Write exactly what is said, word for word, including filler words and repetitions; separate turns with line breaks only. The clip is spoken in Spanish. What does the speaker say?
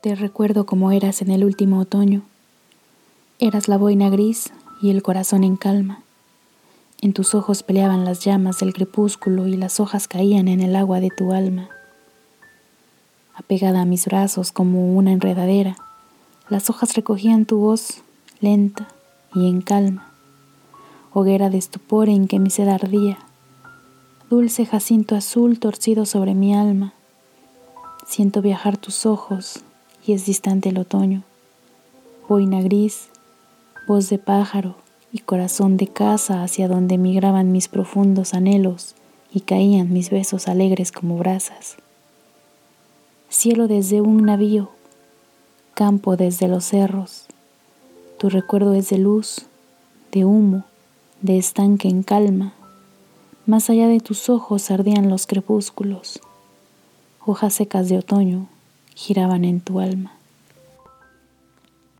Te recuerdo como eras en el último otoño. Eras la boina gris y el corazón en calma. En tus ojos peleaban las llamas del crepúsculo y las hojas caían en el agua de tu alma. Apegada a mis brazos como una enredadera, las hojas recogían tu voz lenta y en calma. Hoguera de estupor en que mi sed ardía, dulce jacinto azul torcido sobre mi alma. Siento viajar tus ojos y es distante el otoño. Boina gris, voz de pájaro y corazón de casa hacia donde migraban mis profundos anhelos y caían mis besos alegres como brasas. Cielo desde un navío, campo desde los cerros, tu recuerdo es de luz, de humo, de estanque en calma. Más allá de tus ojos ardían los crepúsculos, hojas secas de otoño giraban en tu alma.